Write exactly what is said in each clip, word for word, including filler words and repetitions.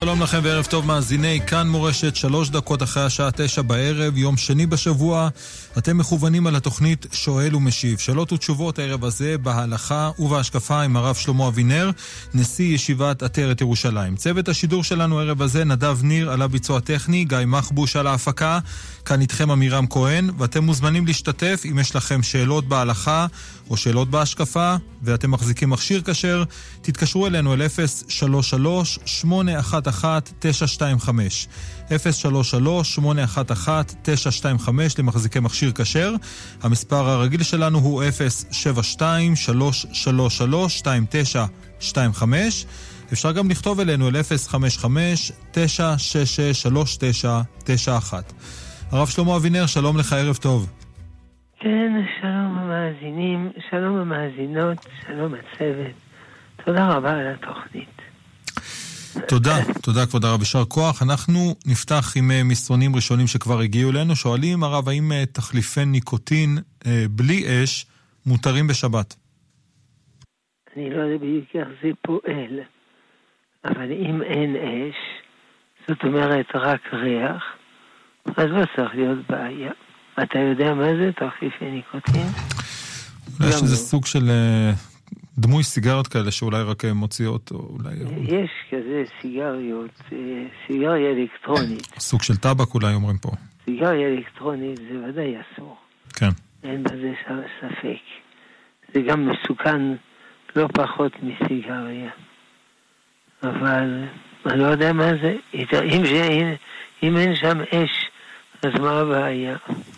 שלום לכם וערב טוב מאזיני כאן מורשת, שלוש דקות אחרי השעה תשע בערב, יום שני בשבוע. אתם מכוונים על התוכנית שואל ומשיב. שאלות ותשובות הערב הזה בהלכה ובהשקפה עם הרב שלמה אבינר, נשיא ישיבת עטרת ירושלים. צוות השידור שלנו הערב הזה, נדב ניר על הביצוע הטכני, גיא מחבוש על ההפקה, כאן איתכם אמירם כהן, ואתם מוזמנים להשתתף אם יש לכם שאלות בהלכה או שאלות בהשקפה, ואתם מחזיקים מכשיר כשר, תתקשרו אלינו אל אפס שלוש שלוש שמונה אחת אחת תשע שתיים חמש. אפס שלוש שלוש שמונה אחת אחת תשע שתיים חמש למחזיקי מכשיר כשר. המספר הרגיל שלנו הוא אפס שבע שתיים שלוש שלוש שלוש שתיים תשע שתיים חמש. אפשר גם לכתוב אלינו אל אפס חמש חמש תשע שש שש שלוש תשע תשע אחת. הרב שלמה אבינר, שלום לך, ערב טוב. כן, שלום המאזינים, שלום המאזינות, שלום הצוות. תודה רבה על התוכנית. תודה, תודה כבוד הרב, יישר כוח. אנחנו נפתח עם מסרונים ראשונים שכבר הגיעו אלינו. שואלים הרב, האם תחליפי ניקוטין בלי אש מותרים בשבת? אני לא יודע בדיוק איך זה פועל, אבל אם אין אש, זאת אומרת רק ריח, אז לא צריך להיות בעיה. אתה יודע מה זה תחליפי ניקוטין? אולי שזה סוג של דמוי סיגריות כאלה שאולי רק מוציאות, או אולי... יש כזה סיגריות, סיגריה אלקטרונית. סוג של טבק אולי אומרים פה. סיגריה אלקטרונית זה ודאי אסור. כן. אין בזה ספק. זה גם מסוכן לא פחות מסיגריה. אבל אני לא יודע מה זה. אם, זה, אם אין שם אש, אז מה הבעיה?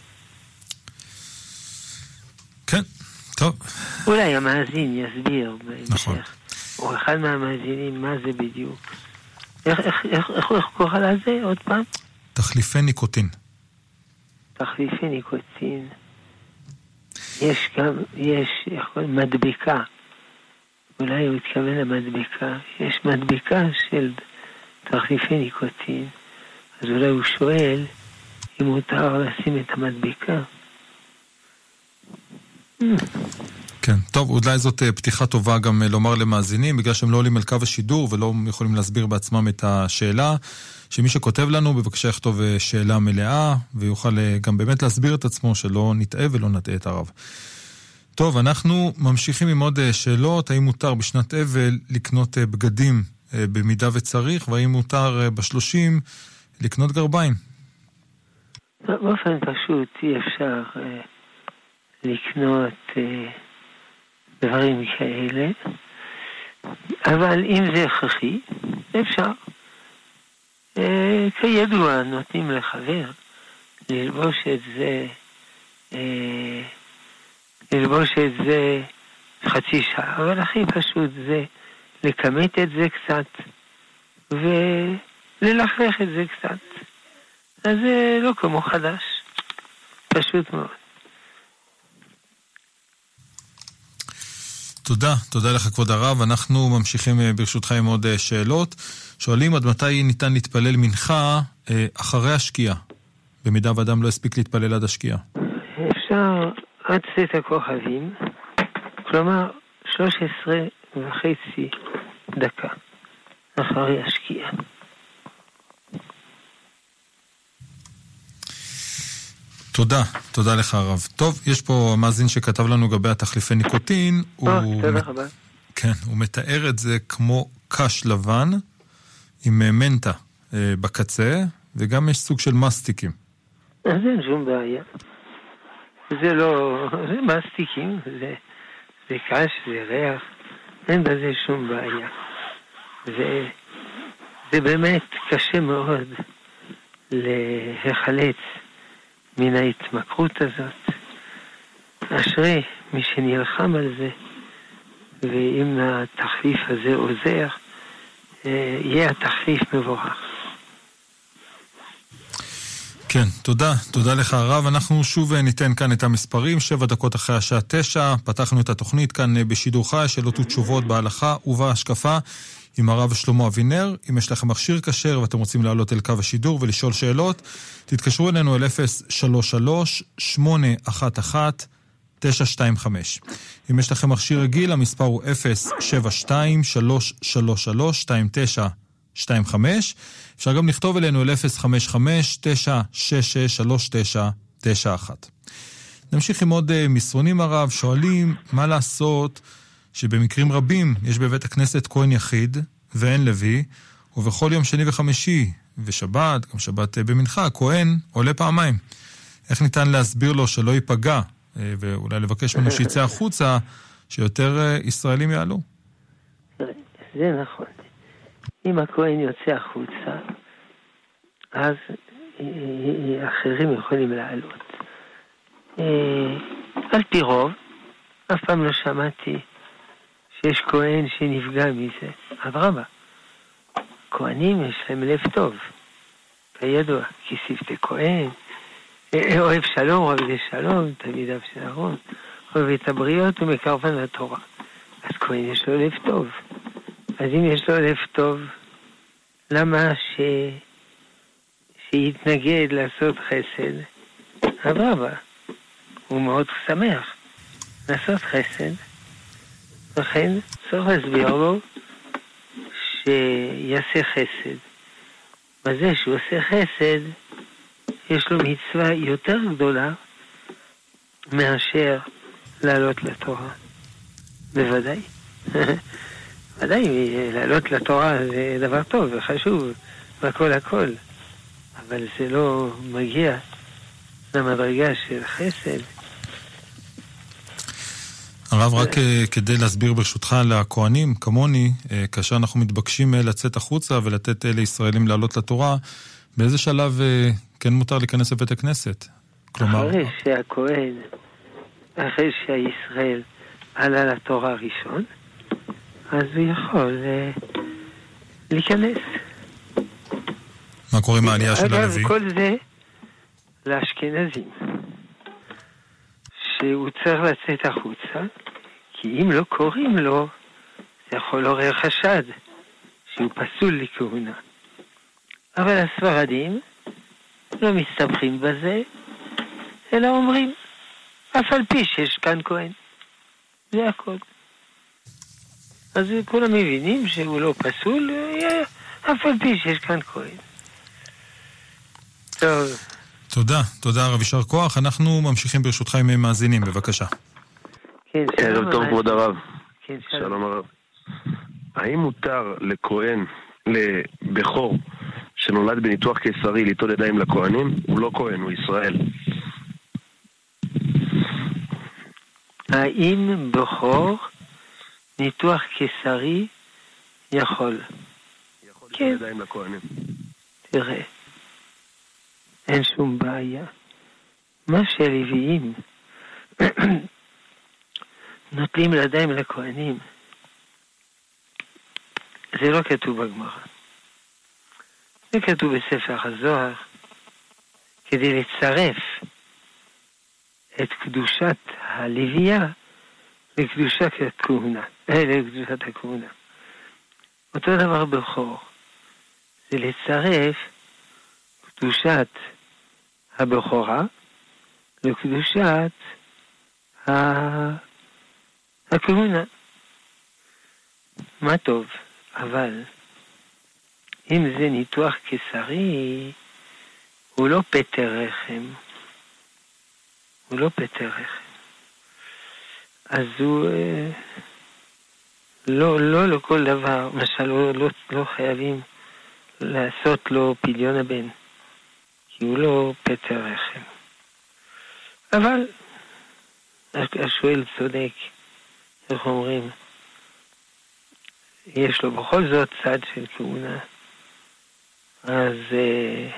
כן, טוב. אולי המאזין יסביר בהמשך. נכון. או אחד מהמאזינים, מה זה בדיוק? איך, איך, איך, איך, איך קורא לזה עוד פעם? תחליפי ניקוטין. תחליפי ניקוטין. יש גם, יש, יכול, מדבקה. אולי הוא התכוון למדבקה. יש מדבקה של תחליפי ניקוטין. אז אולי הוא שואל אם מותר לשים את המדבקה. כן, טוב, אולי זאת פתיחה טובה גם לומר למאזינים, בגלל שהם לא עולים על קו השידור ולא יכולים להסביר בעצמם את השאלה, שמי שכותב לנו בבקשה יכתוב שאלה מלאה, ויוכל גם באמת להסביר את עצמו, שלא נטעה ולא נטעה את הרב. טוב, אנחנו ממשיכים עם עוד שאלות. האם מותר בשנת אבל לקנות בגדים במידה וצריך, והאם מותר בשלושים לקנות גרביים? באופן פשוט אי אפשר אה, לקנות אה, דברים כאלה, אבל אם זה הכרחי, אפשר. אה, כידוע, נותנים לחבר ללבוש את זה, אה, ללבוש את זה חצי שעה, אבל הכי פשוט זה לקמת את זה קצת, וללכלך את זה קצת. אז זה לא כמו חדש. פשוט מאוד. תודה, תודה לך כבוד הרב. אנחנו ממשיכים ברשותך עם עוד שאלות. שואלים עד מתי ניתן להתפלל מנחה אחרי השקיעה, במידה ואדם לא הספיק להתפלל עד השקיעה. אפשר עד צאת הכוכבים, כלומר שלוש עשרה וחצי דקה אחרי השקיעה. תודה, תודה לך הרב. טוב, יש פה מאזין שכתב לנו לגבי התחליפי ניקוטין. טוב, תודה רבה. כן, הוא מתאר את זה כמו קש לבן, עם מנטה בקצה, וגם יש סוג של מסטיקים. אז אין שום בעיה. זה לא, זה מסטיקים, זה, זה קש, זה ריח, אין בזה שום בעיה. זה, זה באמת קשה מאוד להחלץ מן ההתמכרות הזאת. אשרי מי שנלחם על זה, ואם התחליף הזה עוזר, יהיה התחליף מבורך. כן, תודה, תודה לך הרב. אנחנו שוב ניתן כאן את המספרים, שבע דקות אחרי השעה תשע, פתחנו את התוכנית כאן בשידור חי, שאלות ותשובות בהלכה ובהשקפה, עם הרב שלמה אבינר. אם יש לכם מכשיר כשר ואתם רוצים לעלות אל קו השידור ולשאול שאלות, תתקשרו אלינו אל אפס שלוש שלוש שמונה אחת אחת תשע שתיים חמש. אם יש לכם מכשיר רגיל, המספר הוא אפס שבע שתיים שלוש שלוש שלוש שתיים תשע שתיים חמש. אפשר גם לכתוב אלינו אל אפס חמש חמש תשע שש שש שלוש תשע תשע אחת. נמשיך עם עוד מסרונים הרב. שואלים מה לעשות שבמקרים רבים יש בבית הכנסת כהן יחיד ואין לוי, ובכל יום שני וחמישי ושבת, גם שבת במנחה, כהן עולה פעמיים. איך ניתן להסביר לו שלא ייפגע, ואולי לבקש ממנו שיצא החוצה, שיותר ישראלים יעלו? זה נכון. אם הכהן יוצא החוצה, אז אחרים יכולים לעלות. על פי רוב, אף פעם לא שמעתי שיש כהן שנפגע מזה. אדרבה, כהנים יש להם לב טוב, כידוע, כי שבטי כהן, אוהב שלום, אוהב שלום, תלמידיו של אהרון, אוהב את הבריות ומקרבן לתורה. אז כהן יש לו לב טוב. אז אם יש לו לב טוב, למה ש... שיתנגד לעשות חסד? אדרבה, הוא מאוד שמח לעשות חסד, לכן צריך להסביר לו שיעשה חסד. בזה שהוא עושה חסד, יש לו מצווה יותר גדולה מאשר לעלות לתורה. בוודאי. ודאי, לעלות לתורה זה דבר טוב וחשוב, והכל הכל. אבל זה לא מגיע למדרגה של חסד. הרב, רק כדי להסביר ברשותך לכהנים, כמוני, כאשר אנחנו מתבקשים לצאת החוצה ולתת לישראלים לעלות לתורה, באיזה שלב כן מותר להיכנס לבית הכנסת? כלומר... אחרי שהכהן, אחרי שהישראל עלה לתורה ראשון, אז הוא יכול להיכנס. מה קורה עם העלייה של הלוי? אגב, כל זה לאשכנזים. שהוא צריך לצאת החוצה, כי אם לא קוראים לו, זה יכול לעורר חשד שהוא פסול לכהונה. אבל הספרדים לא מסתבכים בזה, אלא אומרים, אף על פי שיש כאן כהן. זה הכל. אז כולם מבינים שהוא לא פסול, אף על פי שיש כאן כהן. טוב. תודה, תודה רב, יישר כוח. אנחנו ממשיכים ברשותך עם מאזינים, בבקשה. כן, שלום טוב כבוד הרב. כן, שלום. שלום הרב. האם מותר לכהן, לבכור, שנולד בניתוח קיסרי, ליטול ידיים לכהנים? הוא לא כהן, הוא ישראל. האם בכור ניתוח קיסרי יכול? יכול ליטול ידיים לכהנים. תראה. אין שום בעיה. מה שהלוויים נוטלים לידיים לכהנים, זה לא כתוב בגמרא. זה כתוב בספר הזוהר, כדי לצרף את קדושת הלוויה לקדושת הכהונה, לקדושת הכהונה. אותו דבר בכור, זה לצרף קדושת הבכורה לקדושת הכהונה. מה טוב, אבל אם זה ניתוח קיסרי, הוא לא פטר רחם. הוא לא פטר רחם. אז הוא אה, לא, לא לכל דבר, למשל לא, לא, לא חייבים לעשות לו פדיון הבן. כי הוא לא פטר רחם. אבל השואל צודק, איך אומרים, יש לו בכל זאת צד של כהונה, אז אה,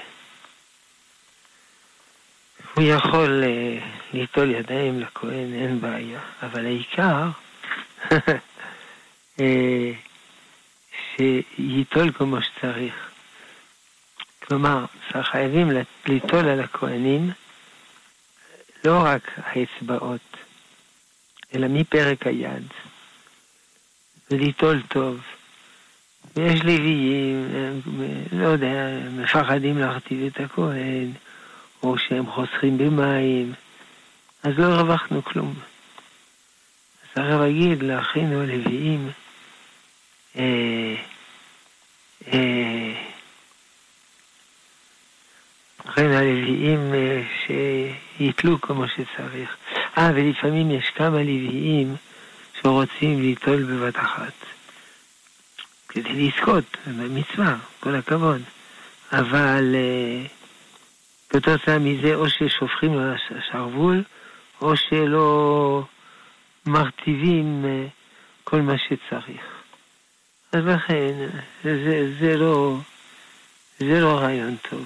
הוא יכול אה, ליטול ידיים לכהן, אין בעיה, אבל העיקר אה, שיטול כמו שצריך. כלומר, חייבים ליטול על הכהנים לא רק האצבעות, אלא מפרק היד, וליטול טוב. ויש לוויים, לא יודע, מפחדים להרטיב את הכהן, או שהם חוסכים במים, אז לא הרווחנו כלום. אז הרב אגיד לאחינו הלוויים, אה, לכן הלוויים שיתלו כמו שצריך. אה, ולפעמים יש כמה לוויים שרוצים ליטול בבת אחת. כדי לזכות, במצווה, כל הכבוד. אבל בתוצאה מזה או ששופכים על השרוול, או שלא מרטיבים כל מה שצריך. אז לכן, זה, זה לא, זה לא רעיון טוב.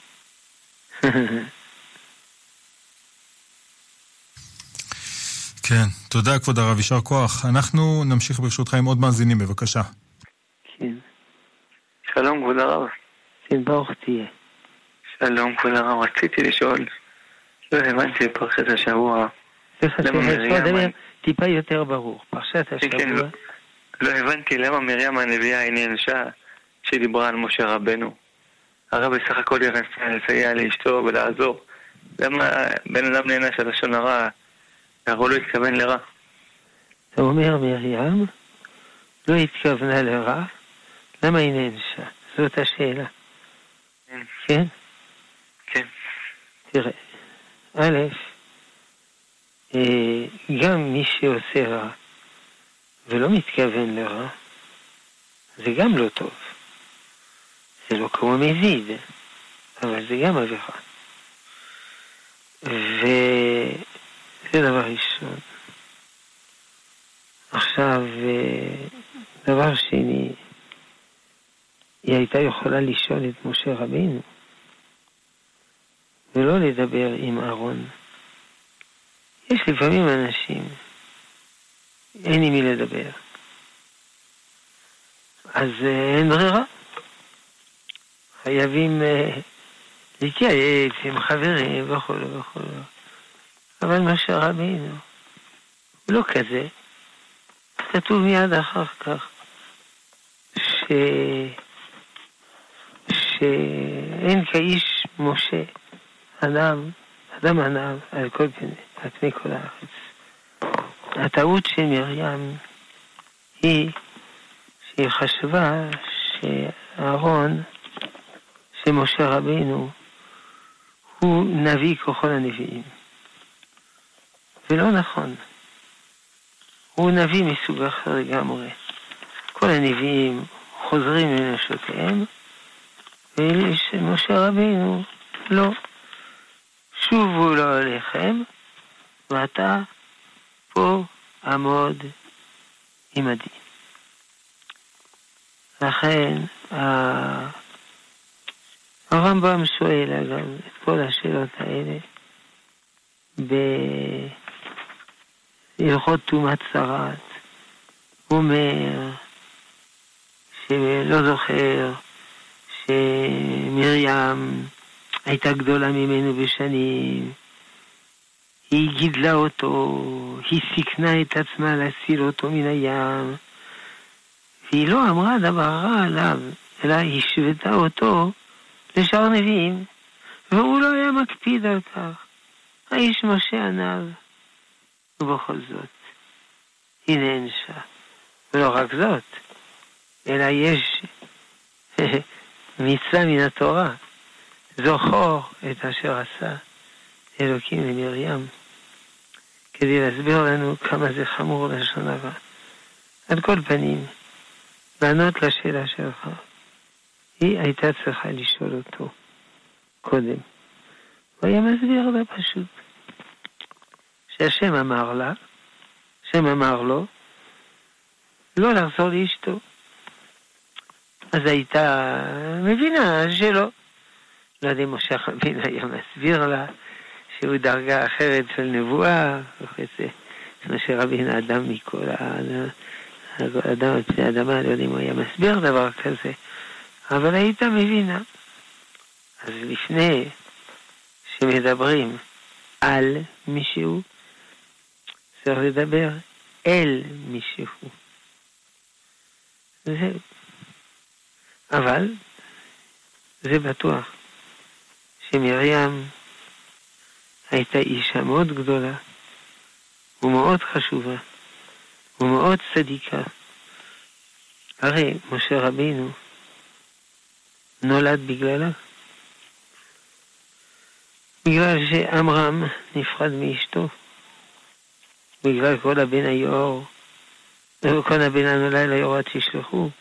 כן, תודה כבוד הרב, יישר כוח. אנחנו נמשיך ברשותך עם עוד מאזינים, בבקשה. כן. שלום כבוד הרב. כן, ברוך תהיה. שלום כבוד הרב, רציתי לשאול, לא הבנתי פרשת השבוע. סליחה, סליחה, טיפה יותר ברור. פרשת השבוע. לא הבנתי למה מרים הנביאה היא נענשה שדיברה על משה רבנו. הרב בסך הכל ירצה לסייע לאשתו ולעזור. למה בן אדם נענש על לשון הרע? הרב לא התכוון לרע. אתה אומר מרים לא התכוונה לרע, למה היא נענשה? זאת השאלה. כן? כן? כן. תראה, א', גם מי שעושה רע ולא מתכוון לרע, זה גם לא טוב. זה לא כמו מזיד, אבל זה גם עבירה. וזה דבר ראשון. עכשיו, דבר שני, היא הייתה יכולה לשאול את משה רבינו, ולא לדבר עם אהרון. יש לפעמים אנשים, אין עם מי לדבר. אז אין ברירה. חייבים uh, להתייעץ עם חברים וכו' וכו'. אבל משה רבינו הוא לא כזה. כתוב מיד אחר כך ש... שאין כאיש משה, אדם, אדם ענב על כל פני, על פני כל הארץ. הטעות של מרים היא שהיא חשבה שאהרון, שמשה רבינו הוא נביא ככל הנביאים. ולא נכון. הוא נביא מסוג אחר לגמרי. כל הנביאים חוזרים לנשותיהם, ומשה רבינו לא. שובו לו עליכם, ואתה פה עמוד עמדי. לכן, הרמב"ם שואל אגב את כל השאלות האלה בהלכות טומאת צרת. הוא אומר שלא זוכר שמרים הייתה גדולה ממנו בשנים, היא גידלה אותו, היא סיכנה את עצמה להציל אותו מן הים, והיא לא אמרה דבר רע עליו, אלא היא שבתה אותו לשאר נביאים, והוא לא היה מקפיד על כך. האיש משה ענב, ובכל זאת, היא נענשה. ולא רק זאת, אלא יש מצווה מן התורה, זוכור את אשר עשה אלוקים למרים, כדי להסביר לנו כמה זה חמור לשון הרע. על כל פנים, לענות לשאלה שלך, היא הייתה צריכה לשאול אותו קודם. הוא היה מסביר לה פשוט. שהשם אמר לה, השם אמר לו, לא לחזור לאשתו. אז הייתה מבינה שלא. לא יודע אם משה רבינו היה מסביר לה שהוא דרגה אחרת של נבואה, וכזה. משה רבינו אדם מכל האדם על פני האדמה, לא יודע אם הוא היה מסביר דבר כזה. אבל היית מבינה. אז לפני שמדברים על מישהו, צריך לדבר אל מישהו. זהו. אבל זה בטוח שמרים הייתה אישה מאוד גדולה ומאוד חשובה ומאוד צדיקה. הרי משה רבינו נולד בגללה. בגלל שאמרם נפרד מאשתו. בגלל כל הבן היאור, כל הבן הנולד ליאור תשלחו.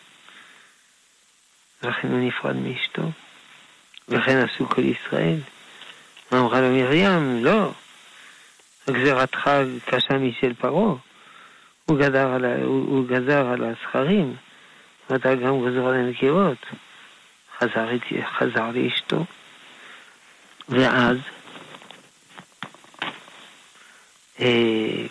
לכן הוא נפרד מאשתו. וכן עשו כל ישראל. אמרה לו מרים, לא. הגזירתך קשה משל פרעה. הוא גזר על, הוא, הוא גזר על הסחרים. ואתה גם גזר על הנקבות. חזר, חזר לאשתו. ואז אה,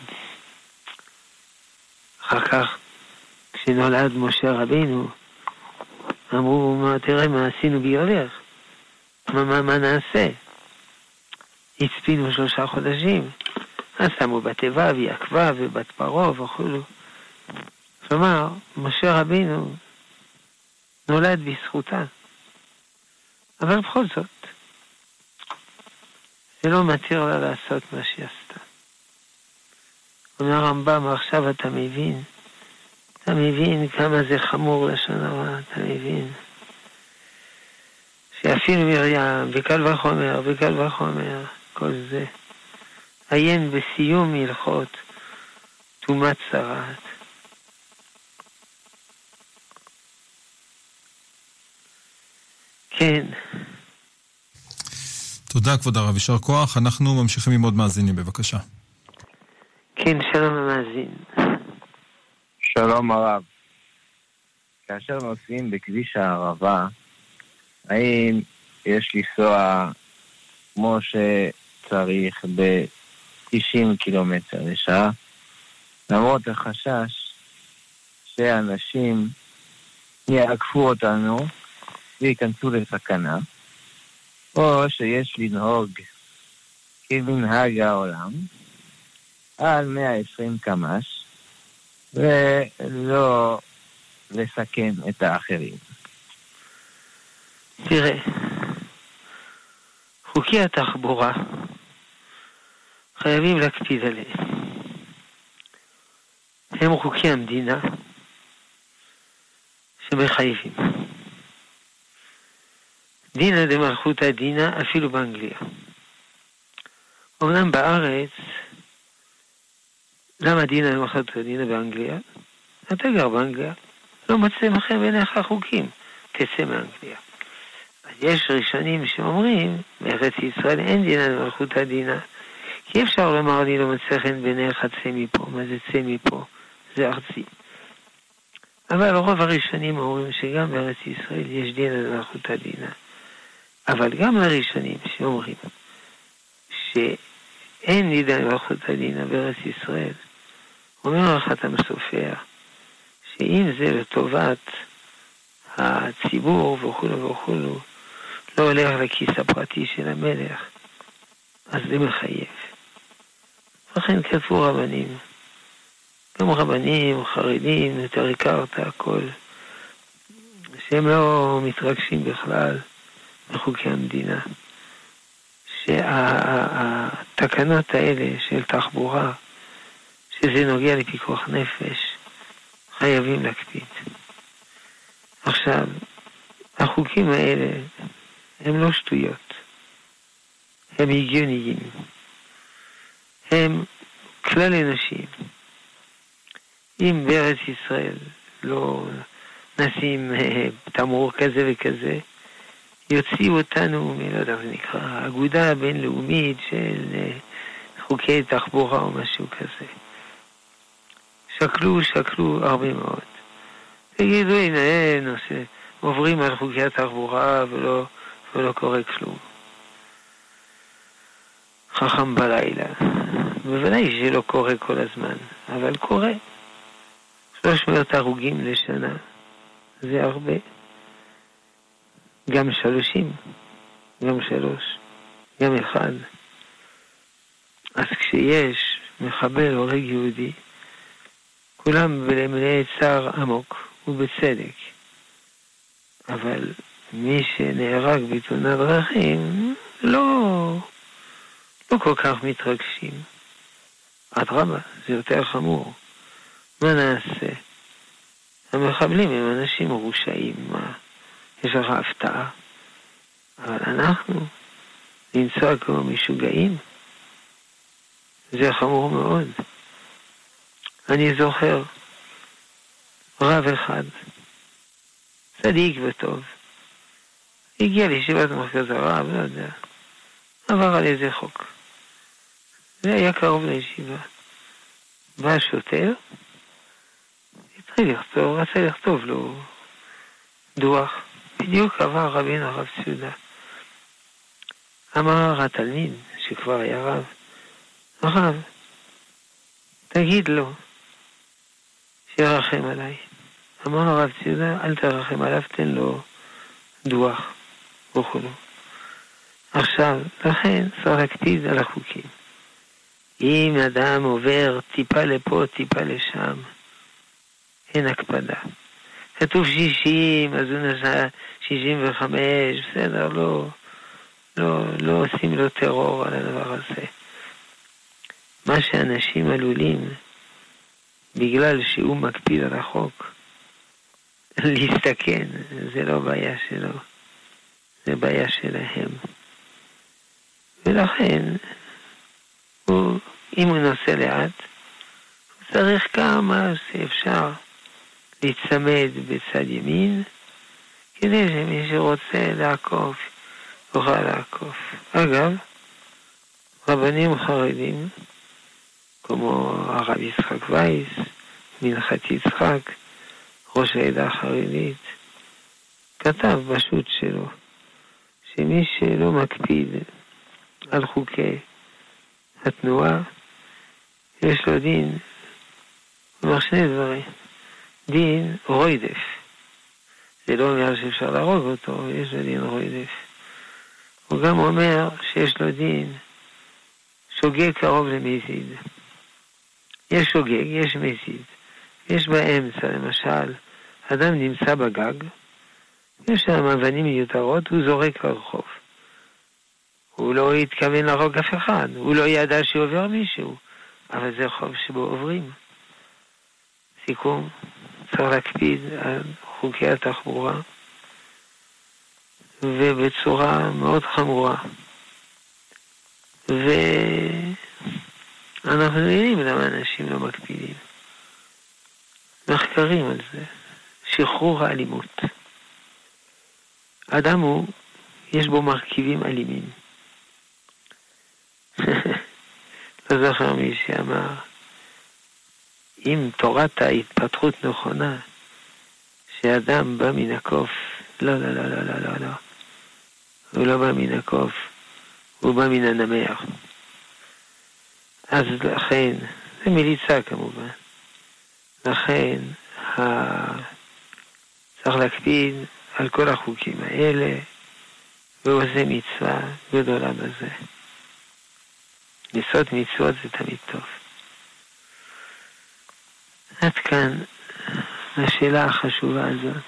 אחר כך כשנולד משה רבינו אמרו, מה, תראה מה עשינו ביולך, מה, מה, מה נעשה? הצפינו שלושה חודשים, אז שמו בתיבה ויקבה ובת פרעה וכולו. כלומר, משה רבינו נולד בזכותה, אבל בכל זאת זה לא מתיר לה לעשות מה שהיא עשתה. אומר הרמב"ם, עכשיו אתה מבין, אתה מבין כמה זה חמור לשון הרע, אתה מבין. שאפילו מרים, וקל וחומר, וקל וחומר, כל זה. עיין בסיום הלכות תומת צרת. כן. תודה כבוד הרב, יישר כוח. אנחנו ממשיכים עם עוד מאזינים, בבקשה. כן, שלום המאזין. שלום הרב. כאשר נוסעים בכביש הערבה, האם יש לנסוע כמו שצריך ב-תשעים קילומטר לשעה, למרות החשש שאנשים יעקפו אותנו וייכנסו לסכנה, או שיש לנהוג כמנהג העולם על מאה ועשרים קמ"ש ולא לסכן את האחרים? תראה, חוקי התחבורה חייבים להקפיד עליהם. הם חוקי המדינה שמחייבים. דינא דמלכותא דינא אפילו באנגליה. אמנם בארץ, למה דינא דמלכותא דינא באנגליה? אתה גר באנגליה, לא מצא מחר בעיניך חוקים, תצא מאנגליה. אז יש ראשונים שאומרים, בארץ ישראל אין דינא דמלכותא דינא, כי אפשר לומר לי לא מצא חן בעיניך, צא מפה, מה זה צא מפה? זה ארצי. אבל רוב הראשונים אומרים שגם בארץ ישראל יש דינא דמלכותא דינא. אבל גם לראשונים שאומרים שאין דינא דמלכותא דינא בארץ ישראל, אומר לך אתה מסופר שאם זה לטובת הציבור וכולו וכולו, לא הולך לכיס הפרטי של המלך, אז זה מחייב. לכן כתבו רבנים, גם רבנים, חרדים, יותר הכרת הכל, שהם לא מתרגשים בכלל מחוקי המדינה, שהתקנות האלה של תחבורה, שזה נוגע לפיקוח נפש, חייבים להקפיד. עכשיו, החוקים האלה הם לא שטויות, הם הגיוניים, הם כלל אנושיים. אם בארץ ישראל לא נשים תמרור כזה וכזה, יוציאו אותנו, מי לא יודע, זה נקרא, האגודה הבינלאומית של חוקי תחבורה או משהו כזה. שקלו, שקלו הרבה מאוד. תגידו, הנה, נושא, עוברים על חוקי התחבורה ולא, ולא קורה כלום. חכם בלילה. בוודאי שלא קורה כל הזמן, אבל קורה. שלוש מאות הרוגים לשנה. זה הרבה. גם שלושים, גם שלוש, גם אחד. אז כשיש מחבל הורג יהודי, כולם מלאי צער עמוק ובצדק. אבל מי שנהרג בתאונת דרכים לא, לא כל כך מתרגשים. אדרבה, זה יותר חמור. מה נעשה? המחבלים הם אנשים מרושעים, מה? יש לך הפתעה. אבל אנחנו לנסוע כמו משוגעים, זה חמור מאוד. אני זוכר רב אחד, צדיק וטוב, הגיע לישיבת מרכז הרב, לא יודע, עבר על איזה חוק. זה היה קרוב לישיבה. בא השוטר, התחיל לכתוב, רצה לכתוב לו דוח. בדיוק עבר רבין הרב ציודה. אמר התלמיד, שכבר היה רב, הרב, תגיד לו שירחם עליי. אמר הרב ציודה, אל תרחם עליו, תן לו דוח וכולו. עכשיו, לכן צריך להקפיד על החוקים. אם אדם עובר טיפה לפה, טיפה לשם, אין הקפדה. כתוב שישים, אז הוא נסע שישים וחמש, בסדר, לא, לא, לא עושים לו טרור על הדבר הזה. מה שאנשים עלולים, בגלל שהוא מקפיד על החוק, להסתכן, זה לא בעיה שלו, זה בעיה שלהם. ולכן, הוא, אם הוא נוסע לאט, הוא צריך כמה שאפשר להצמד בצד ימין, כדי שמי שרוצה לעקוף, יוכל לעקוף. אגב, רבנים חרדים, כמו הרב יצחק וייס, מנחת יצחק, ראש העדה החרדית, כתב בשו"ת שלו, שמי שלא מקפיד על חוקי התנועה, יש לו דין, הוא אומר שני דברים. דין רוידף. זה לא אומר שאפשר להרוג אותו, יש לו דין רוידף. הוא גם אומר שיש לו דין שוגג קרוב למזיד. יש שוגג, יש מזיד. יש באמצע, למשל, אדם נמצא בגג, יש שם אבנים מיותרות, הוא זורק לרחוב. הוא לא התכוון להרוג אף אחד, הוא לא ידע שעובר מישהו, אבל זה רחוב שבו עוברים. סיכום, צריך להקפיד על חוקי התחבורה, ובצורה מאוד חמורה. ואנחנו יודעים למה אנשים לא מקפידים. מחקרים על זה. שחרור האלימות. האדם הוא, יש בו מרכיבים אלימים. לא זוכר מי שאמר, אם תורת ההתפתחות נכונה, שאדם בא מן הקוף, לא, לא, לא, לא, לא, לא, לא. הוא לא בא מן הקוף, הוא בא מן הנמר. אז לכן, זה מליצה כמובן. לכן, ה... צריך להקפיד על כל החוקים האלה, והוא עושה מצווה גדולה בזה. לעשות מצוות זה תמיד טוב. עד כאן השאלה החשובה הזאת.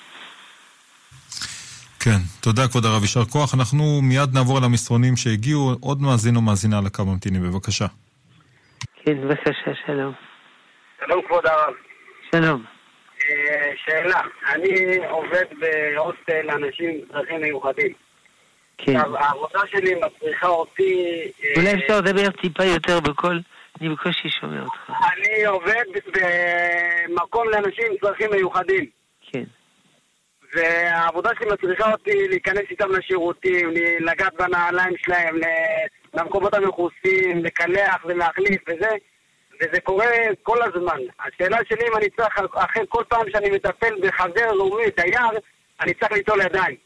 כן, תודה כבוד הרב, יישר כוח. אנחנו מיד נעבור על המסרונים שהגיעו. עוד מאזין או מאזינה על הקו ממתינים, בבקשה. כן, בבקשה, שלום. שלום כבוד הרב. שלום. שאלה, אני עובד בהוסטל לאנשים עם צרכים מיוחדים. כן. העבודה שלי מצריכה אותי... אולי אפשר לדבר טיפה יותר בקול, אני בקושי שומע אותך. אני עובד במקום לאנשים עם צרכים מיוחדים. כן. והעבודה שלי מצריכה אותי להיכנס איתם לשירותים, לגעת בנעליים שלהם, למקומות המכוסים, לקלח ולהחליף וזה, וזה קורה כל הזמן. השאלה שלי אם אני צריך, אחרי כל פעם שאני מטפל בחבר לאומי, תייר, אני צריך ליטול ידיים.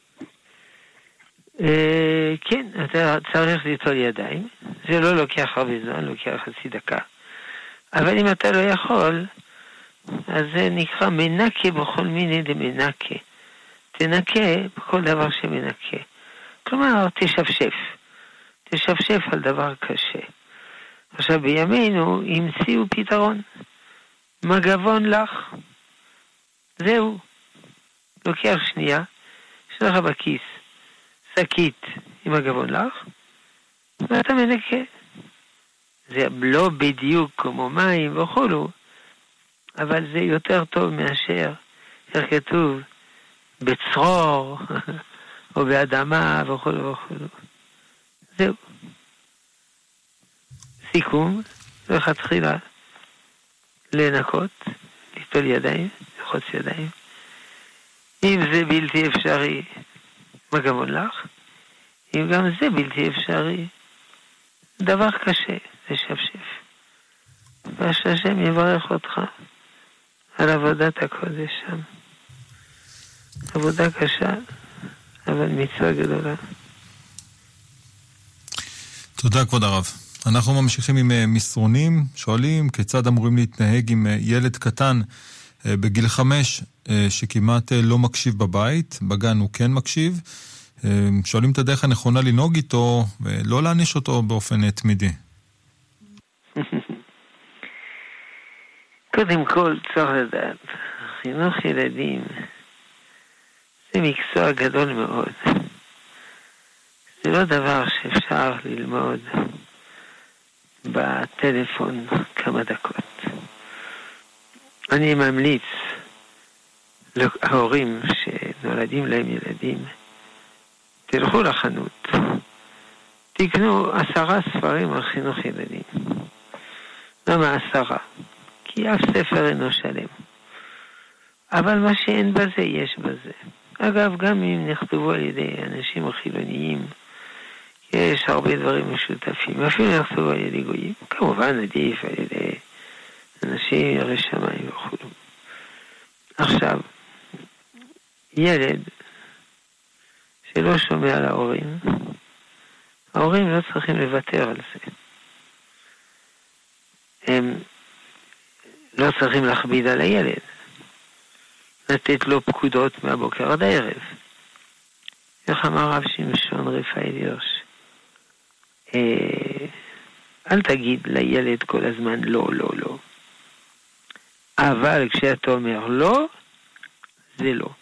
כן, אתה צריך ליטול ידיים. זה לא לוקח הרבה זמן, לוקח חצי דקה. אבל אם אתה לא יכול, אז זה נקרא מנקה בכל מיני דמנקה. תנקה בכל דבר שמנקה. כלומר, תשפשף. תשפשף על דבר קשה. עכשיו, בימינו המציאו פתרון. מגבון לך. זהו. לוקח שנייה, יש לך בכיס שקית עם מגבון לך, ואתה מנקה. זה לא בדיוק כמו מים וכולו, אבל זה יותר טוב מאשר, איך כתוב, בצרור, או באדמה, וכו' וכו'. זהו. סיכום, לכתחילה לנקות, ליטול ידיים, לחוץ ידיים. אם זה בלתי אפשרי, מגמון לך. אם גם זה בלתי אפשרי, דבר קשה, לשפשף. והשם יברך אותך על עבודת הקודש שם. עבודה קשה, אבל מצווה גדולה. תודה כבוד הרב. אנחנו ממשיכים עם מסרונים, שואלים כיצד אמורים להתנהג עם ילד קטן בגיל חמש שכמעט לא מקשיב בבית, בגן הוא כן מקשיב. שואלים את הדרך הנכונה לנהוג איתו ולא להעניש אותו באופן תמידי. קודם כל צריך לדעת, חינוך ילדים זה מקצוע גדול מאוד. זה לא דבר שאפשר ללמוד בטלפון כמה דקות. אני ממליץ להורים שנולדים להם ילדים, תלכו לחנות, תקנו עשרה ספרים על חינוך ילדים. למה עשרה? כי אף ספר אינו שלם. אבל מה שאין בזה, יש בזה. אגב, גם אם נכתבו על ידי אנשים חילוניים, יש הרבה דברים משותפים. אפילו נכתבו על ידי גויים. כמובן עדיף על ידי אנשים ירא שמיים וכו'. עכשיו, ילד שלא שומע על ההורים, ההורים לא צריכים לוותר על זה. הם לא צריכים להכביד על הילד. לתת לו פקודות מהבוקר עד הערב. איך אמר רב שמשון רפאל הירש? אה, אל תגיד לילד כל הזמן לא, לא, לא. אבל כשאתה אומר לא, זה לא.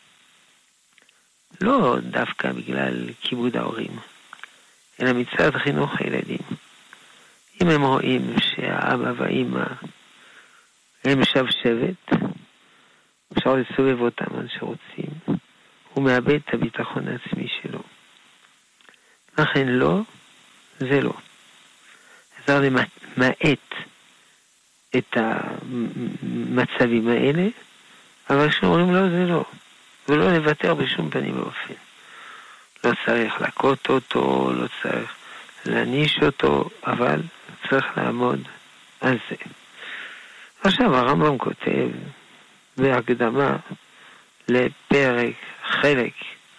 לא דווקא בגלל כיבוד ההורים, אלא מצד חינוך הילדים. אם הם רואים שהאבא והאמא הם שבשבת, אפשר לסובב אותם על שרוצים, הוא מאבד את הביטחון העצמי שלו. לכן לא, זה לא. אפשר למעט את המצבים האלה, אבל כשאומרים לא, זה לא. ולא לוותר בשום פנים ואופן. לא צריך לקוט אותו, לא צריך להניש אותו, אבל צריך לעמוד על זה. עכשיו הרמב"ם כותב בהקדמה לפרק חלק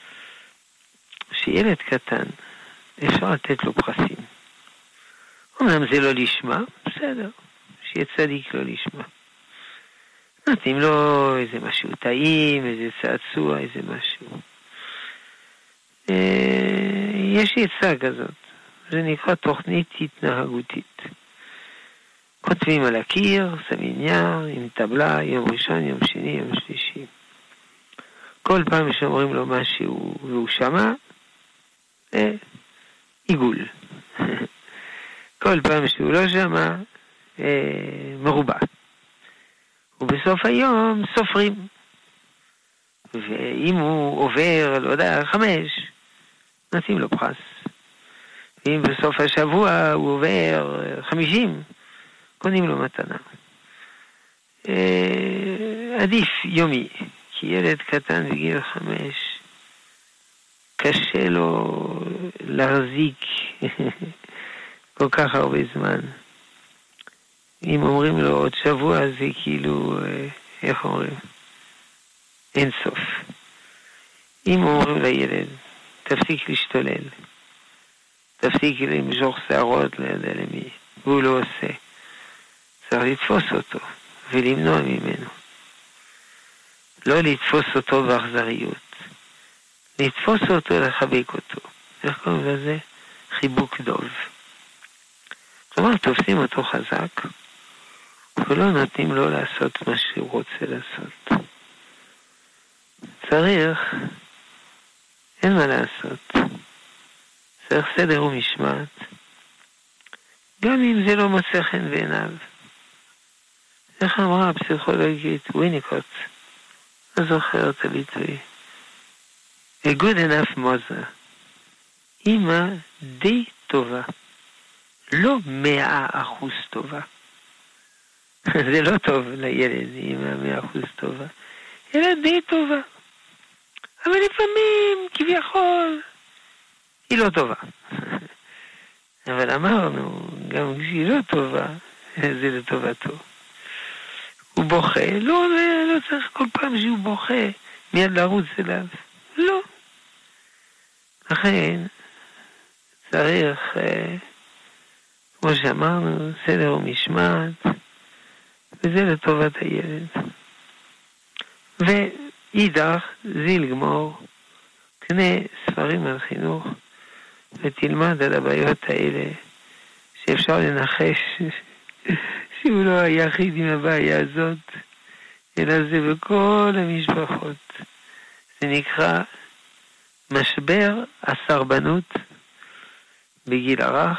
שילד קטן אפשר לתת לו פרסים. אומנם זה לא לשמה, בסדר, שיהיה צדיק לא לשמה. נותנים לו איזה משהו טעים, איזה צעצוע, איזה משהו. יש יצא כזאת, זה נקרא תוכנית התנהגותית. כותבים על הקיר, שמים נייר, עם טבלה, יום ראשון, יום שני, יום שלישי. כל פעם שאומרים לו משהו והוא שמע, זה עיגול. כל פעם שהוא לא שמע, מרובע. ובסוף היום סופרים. ואם הוא עובר, לא יודע, חמש, נותנים לו פרס. ואם בסוף השבוע הוא עובר חמישים, קונים לו מתנה. עדיף יומי, כי ילד קטן בגיל חמש, קשה לו להחזיק כל כך הרבה זמן. אם אומרים לו עוד שבוע, זה כאילו, איך אומרים? אין סוף. אם אומרים לילד, תפסיק להשתולל, תפסיק למשוך שערות ליד למי, והוא לא עושה, צריך לתפוס אותו ולמנוע ממנו. לא לתפוס אותו באכזריות, לתפוס אותו, לחבק אותו. איך קוראים לזה? חיבוק דוב. כלומר, תופסים אותו חזק, ולא נותנים לו לעשות מה שהוא רוצה לעשות. צריך, אין מה לעשות. צריך סדר ומשמעת. גם אם זה לא מוצא חן בעיניו. איך אמרה הפסיכולוגית וויניקוט? לא זוכר את הביטוי. a good enough mother. אמא די טובה. לא מאה אחוז טובה. זה לא טוב לילד, אמא מאה אחוז טובה. אלא די טובה. אבל לפעמים, כביכול, היא לא טובה. אבל אמרנו, גם כשהיא לא טובה, זה לטובתו. הוא בוכה, לא, לא צריך כל פעם שהוא בוכה, מיד לרוץ אליו. לא. לכן, צריך, כמו שאמרנו, סדר ומשמעת, וזה לטובת הילד. ואידך, זיל גמור, קנה ספרים על חינוך, ותלמד על הבעיות האלה, שאפשר לנחש שהוא לא היחיד עם הבעיה הזאת, אלא זה בכל המשפחות. זה נקרא משבר הסרבנות בגיל הרך,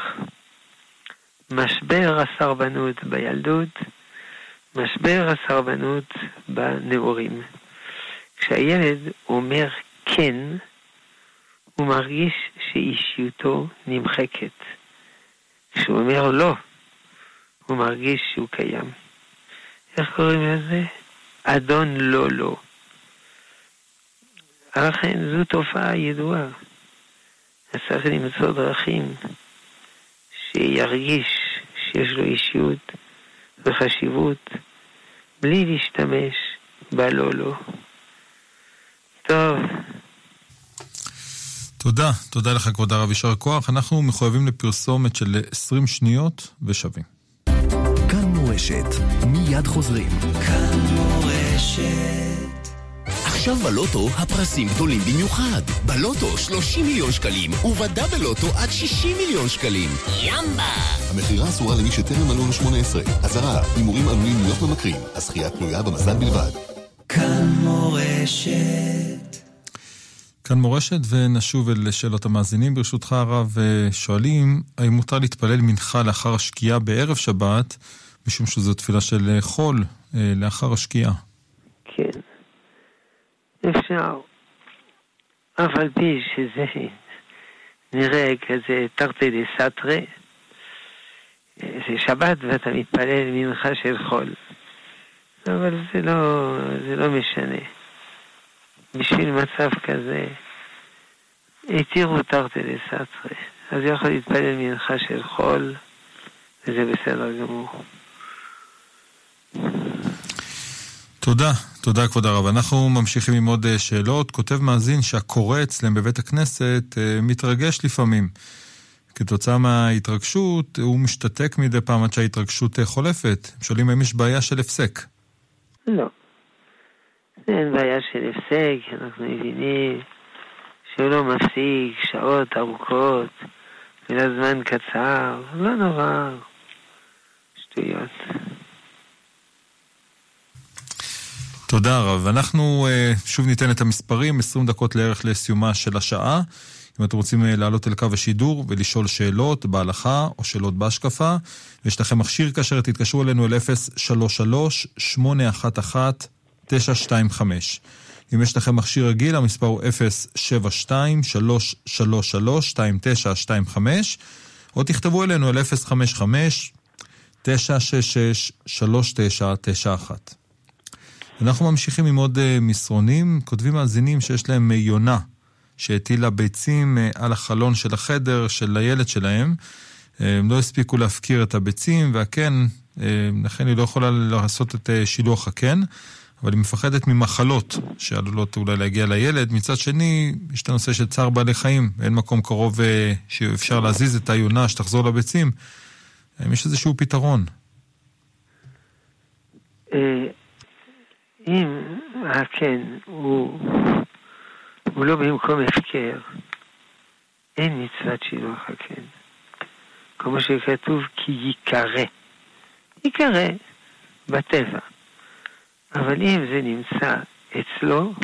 משבר הסרבנות בילדות, משבר הסרבנות בנעורים. כשהילד אומר כן, הוא מרגיש שאישיותו נמחקת. כשהוא אומר לא, הוא מרגיש שהוא קיים. איך קוראים לזה? אדון לא לא. לכן זו תופעה ידועה. אז צריך למצוא דרכים שירגיש שיש לו אישיות וחשיבות בלי להשתמש בלא לא. טוב. תודה, תודה לך כבוד הרב, יישר כוח. אנחנו מחויבים לפרסומת של עשרים שניות ושווים. כאן מורשת, מיד חוזרים. כאן מורשת. עכשיו בלוטו הפרסים גדולים במיוחד. בלוטו שלושים מיליון שקלים, ובדה בלוטו עד שישים מיליון שקלים. ימבה! המחירה אסורה למי שטרם מלאו לו שמונה עשרה. אזהרה, הימורים עלולים להיות ממכרים. הזכייה תלויה במזל בלבד. כאן מורשת. כאן מורשת, ונשוב אל שאלות המאזינים. ברשותך הרב, שואלים, האם מותר להתפלל מנחה לאחר השקיעה בערב שבת, משום שזו תפילה של חול לאחר השקיעה? כן, אפשר. אף על פי שזה נראה כזה תרתי דה סתרי, זה שבת ואתה מתפלל מנחה של חול. אבל זה לא, זה לא משנה. בשביל מצב כזה, התירו תרתי דה סתרי. אז יכול להתפלל מנחה של חול, וזה בסדר גמור. תודה, תודה כבוד הרב. אנחנו ממשיכים עם עוד שאלות. כותב מאזין שהקורא אצלם בבית הכנסת מתרגש לפעמים. כתוצאה מההתרגשות, הוא משתתק מדי פעם עד שההתרגשות חולפת. שואלים אם יש בעיה של הפסק. לא. אין בעיה של הפסק, אנחנו מבינים שהוא לא מפסיק שעות ארוכות, ולזמן קצר, לא נורא. שטויות. תודה רב. אנחנו שוב ניתן את המספרים, עשרים דקות לערך לסיומה של השעה. אם אתם רוצים לעלות אל קו השידור ולשאול שאלות בהלכה או שאלות בהשקפה, ויש לכם מכשיר כאשר תתקשרו אלינו אל אפס שלוש שלוש שמונה אחת אחת תשע שתיים חמש. אם יש לכם מכשיר רגיל, המספר הוא אפס שבע שתיים שלוש שלוש שלוש שתיים תשע שתיים חמש, או תכתבו אלינו אל אפס חמש חמש תשע שש שש שלוש תשע תשע אחת. אנחנו ממשיכים עם עוד מסרונים. כותבים מאזינים שיש להם יונה שהטילה ביצים על החלון של החדר של הילד שלהם. הם לא הספיקו להפקיר את הביצים, והקן, לכן היא לא יכולה לעשות את שילוח הקן, אבל היא מפחדת ממחלות שעלולות אולי להגיע לילד. מצד שני, יש את הנושא של צער בעלי חיים, אין מקום קרוב שאפשר להזיז את היונה שתחזור לביצים. יש איזשהו פתרון. אם הקן הוא, הוא לא במקום הפקר, אין מצוות שילוח הקן. כמו שכתוב, כי יקרא. יקרא בטבע. אבל אם זה נמצא אצלו,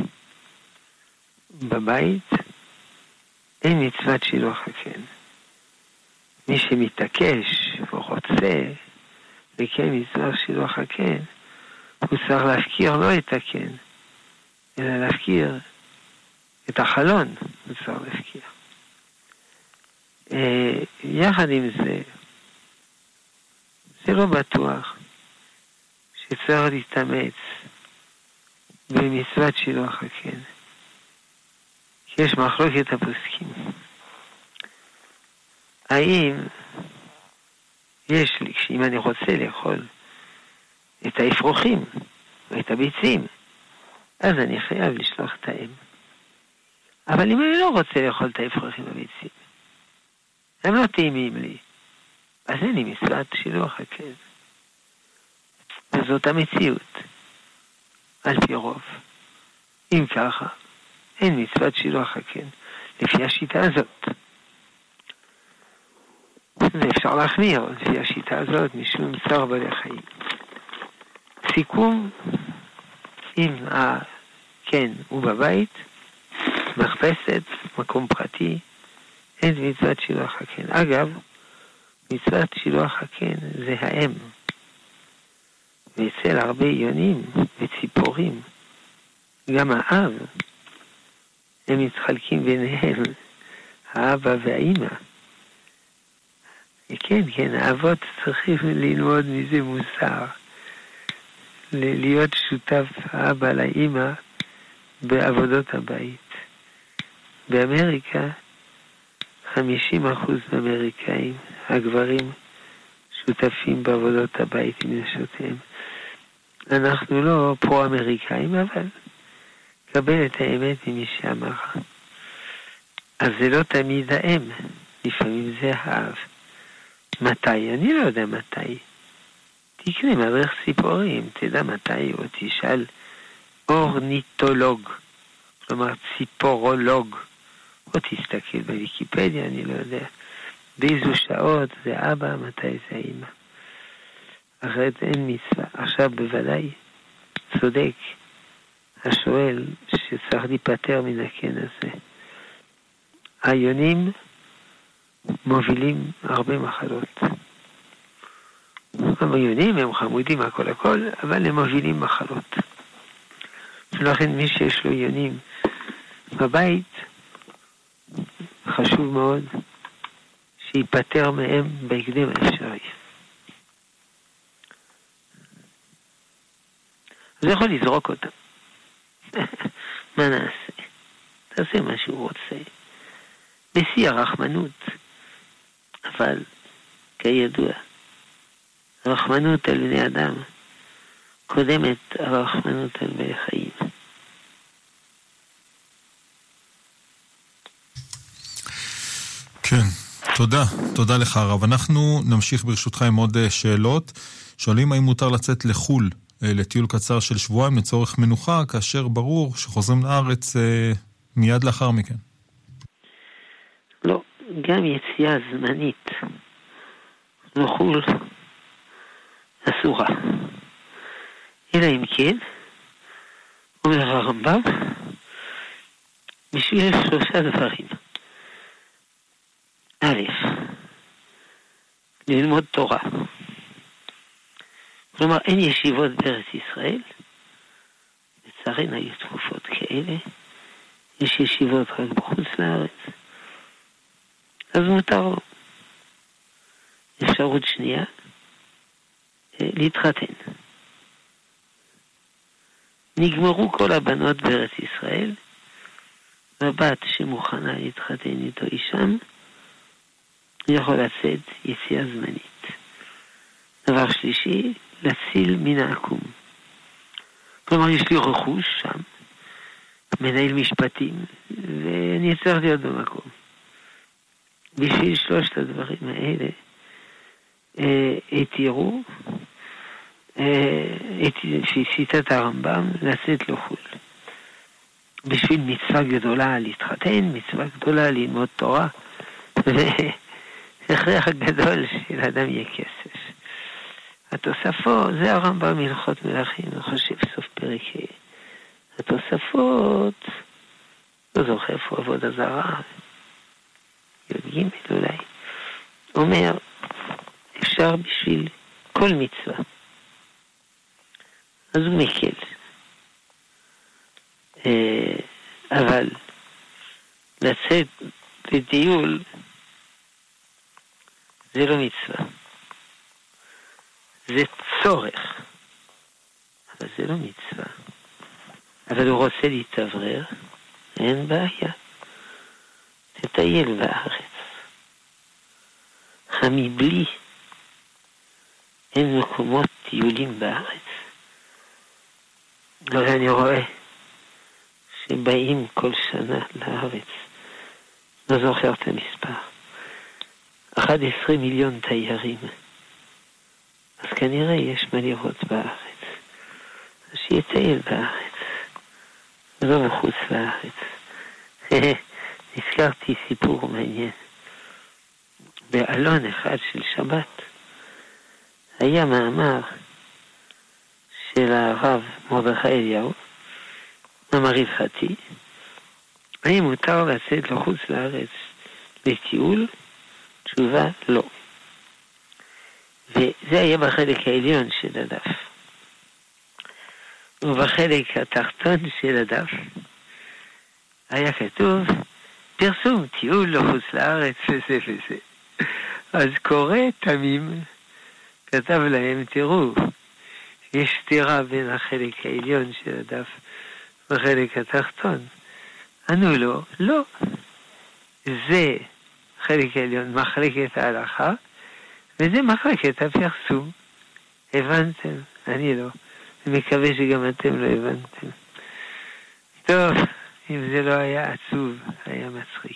בבית, אין מצוות שילוח הקן. מי שמתעקש ורוצה לקיים מצוות שילוח הקן, הוא צריך להפקיר לא את הקן, אלא להפקיר את החלון מותר להפקיע. יחד עם זה, זה לא בטוח שצריך להתאמץ במצוות שילוח הקן. כי יש מחלוקת הפוסקים. האם יש לי, אם אני רוצה לאכול את האפרוחים או את הביצים, אז אני חייב לשלוח את האם. אבל אם אני לא רוצה לאכול את האפרוחים והביצים, הם לא טעימים לי, אז אין לי מצוות שילוח הקן. וזאת המציאות, על פי רוב. אם ככה, אין מצוות שילוח הקן, לפי השיטה הזאת. ואפשר להחמיר, לפי השיטה הזאת, משום צער בעלי חיים. סיכום, אם הקן הוא בבית, מחפשת, מקום פרטי, אין מצוות שילוח הקן. אגב, מצוות שילוח הקן זה האם. ואצל הרבה יונים וציפורים, גם האב, הם מתחלקים ביניהם, האבא והאימא. כן, כן, האבות צריכים ללמוד מזה מוסר. להיות שותף האבא לאימא בעבודות הבית. באמריקה, חמישים אחוז מהאמריקאים, הגברים, שותפים בעבודות הבית עם נשותיהם. אנחנו לא פרו-אמריקאים, אבל קבל את האמת ממי שאמר. אז זה לא תמיד האם, לפעמים זה האב. מתי? אני לא יודע מתי. תקנה מדריך ציפורים, תדע מתי, או תשאל אורניתולוג, כלומר ציפורולוג, או תסתכל בוויקיפדיה, אני לא יודע. באיזו שעות זה אבא, מתי זה האמא. אחרת אין מצווה. עכשיו בוודאי צודק השואל שצריך להיפטר מן הקן הזה. היונים מובילים הרבה מחלות. היונים הם חמודים הכל הכל, אבל הם מובילים מחלות. ולכן מי שיש לו יונים בבית, חשוב מאוד שיפטר מהם בהקדם האפשרי. אז הוא יכול לזרוק אותם. מה נעשה? תעשה מה שהוא רוצה. בשיא הרחמנות. אבל, כידוע, הרחמנות על בני אדם קודמת הרחמנות על בעלי חיים. כן, תודה. תודה לך הרב. אנחנו נמשיך ברשותך עם עוד שאלות. שואלים האם מותר לצאת לחול לטיול קצר של שבועיים לצורך מנוחה, כאשר ברור שחוזרים לארץ מיד לאחר מכן. לא, גם יציאה זמנית לחול אסורה. אלא אם כן, אומר הרמב"ם, בשביל שלושה דברים. א', ללמוד תורה. כלומר, אין ישיבות בארץ ישראל, לצערנו היו תקופות כאלה, יש ישיבות רק בחוץ לארץ, אז מותר לו. אפשרות שנייה, להתחתן. נגמרו כל הבנות בארץ ישראל, והבת שמוכנה להתחתן איתו אישם, יכול לצאת יציאה זמנית. דבר שלישי, להציל מן העקום. כלומר, יש לי רכוש שם, מנהל משפטים, ואני צריך להיות במקום. בשביל שלושת הדברים האלה, התירו, את שיטת הרמב"ם, לצאת לחול. בשביל מצווה גדולה להתחתן, מצווה גדולה ללמוד תורה, והכרח הגדול שלאדם יהיה כסף. התוספות, זה הרמב"ם הלכות מלכים, אני חושב סוף פרק ה'. התוספות, לא זוכר איפה עבודה זרה, י"ג אולי, אומר, אפשר בשביל כל מצווה. אז הוא מקל. אבל לצאת בטיול זה לא מצווה. זה צורך. אבל זה לא מצווה. אבל הוא רוצה להתאוורר, אין בעיה. תטייל בארץ. המבלי, אין מקומות טיולים בארץ. לא, אני רואה שבאים כל שנה לארץ. לא זוכר את המספר. אחד עשר מיליון תיירים. אז כנראה יש מה לראות בארץ. אז שיטייל בארץ. לא בחוץ לארץ. נזכרתי סיפור מעניין. באלון אחד של שבת היה מאמר של הרב מרדכי אליהו, מאמר הלכתי, האם מותר לצאת לחוץ לארץ לטיול? תשובה לא. וזה היה בחלק העליון של הדף. ובחלק התחתון של הדף היה כתוב פרסום טיול לחוץ לארץ וזה וזה. אז קורא תמים כתב להם, תראו, יש סתירה בין החלק העליון של הדף בחלק התחתון. ענו לו, לא. זה חלק העליון, מחלקת ההלכה, וזה מחלקת הפרסום. הבנתם? אני לא. אני מקווה שגם אתם לא הבנתם. טוב, אם זה לא היה עצוב, היה מצחיק.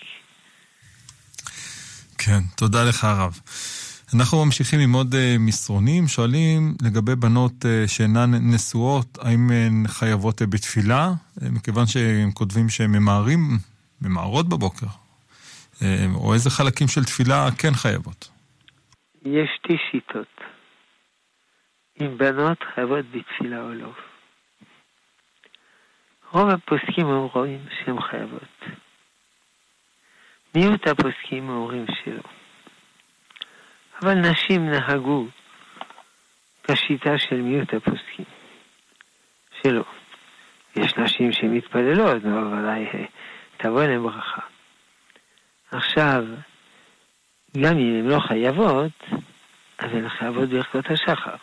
כן, תודה לך הרב. אנחנו ממשיכים עם עוד מסרונים, שואלים לגבי בנות שאינן נשואות, האם הן חייבות בתפילה, מכיוון שהם כותבים שהן ממהרים, ממהרות בבוקר, או איזה חלקים של תפילה כן חייבות? יש שתי שיטות, אם בנות חייבות בתפילה או לא. רוב הפוסקים אומרים שהן חייבות. מיעוט הפוסקים אומרים שלא. אבל נשים נהגו בשיטה של מיעוט הפוסקים. שלא. יש נשים שמתפללות, אבל תבוא להם ברכה. עכשיו, גם אם הן לא חייבות, אבל הן חייבות ברכות השחר.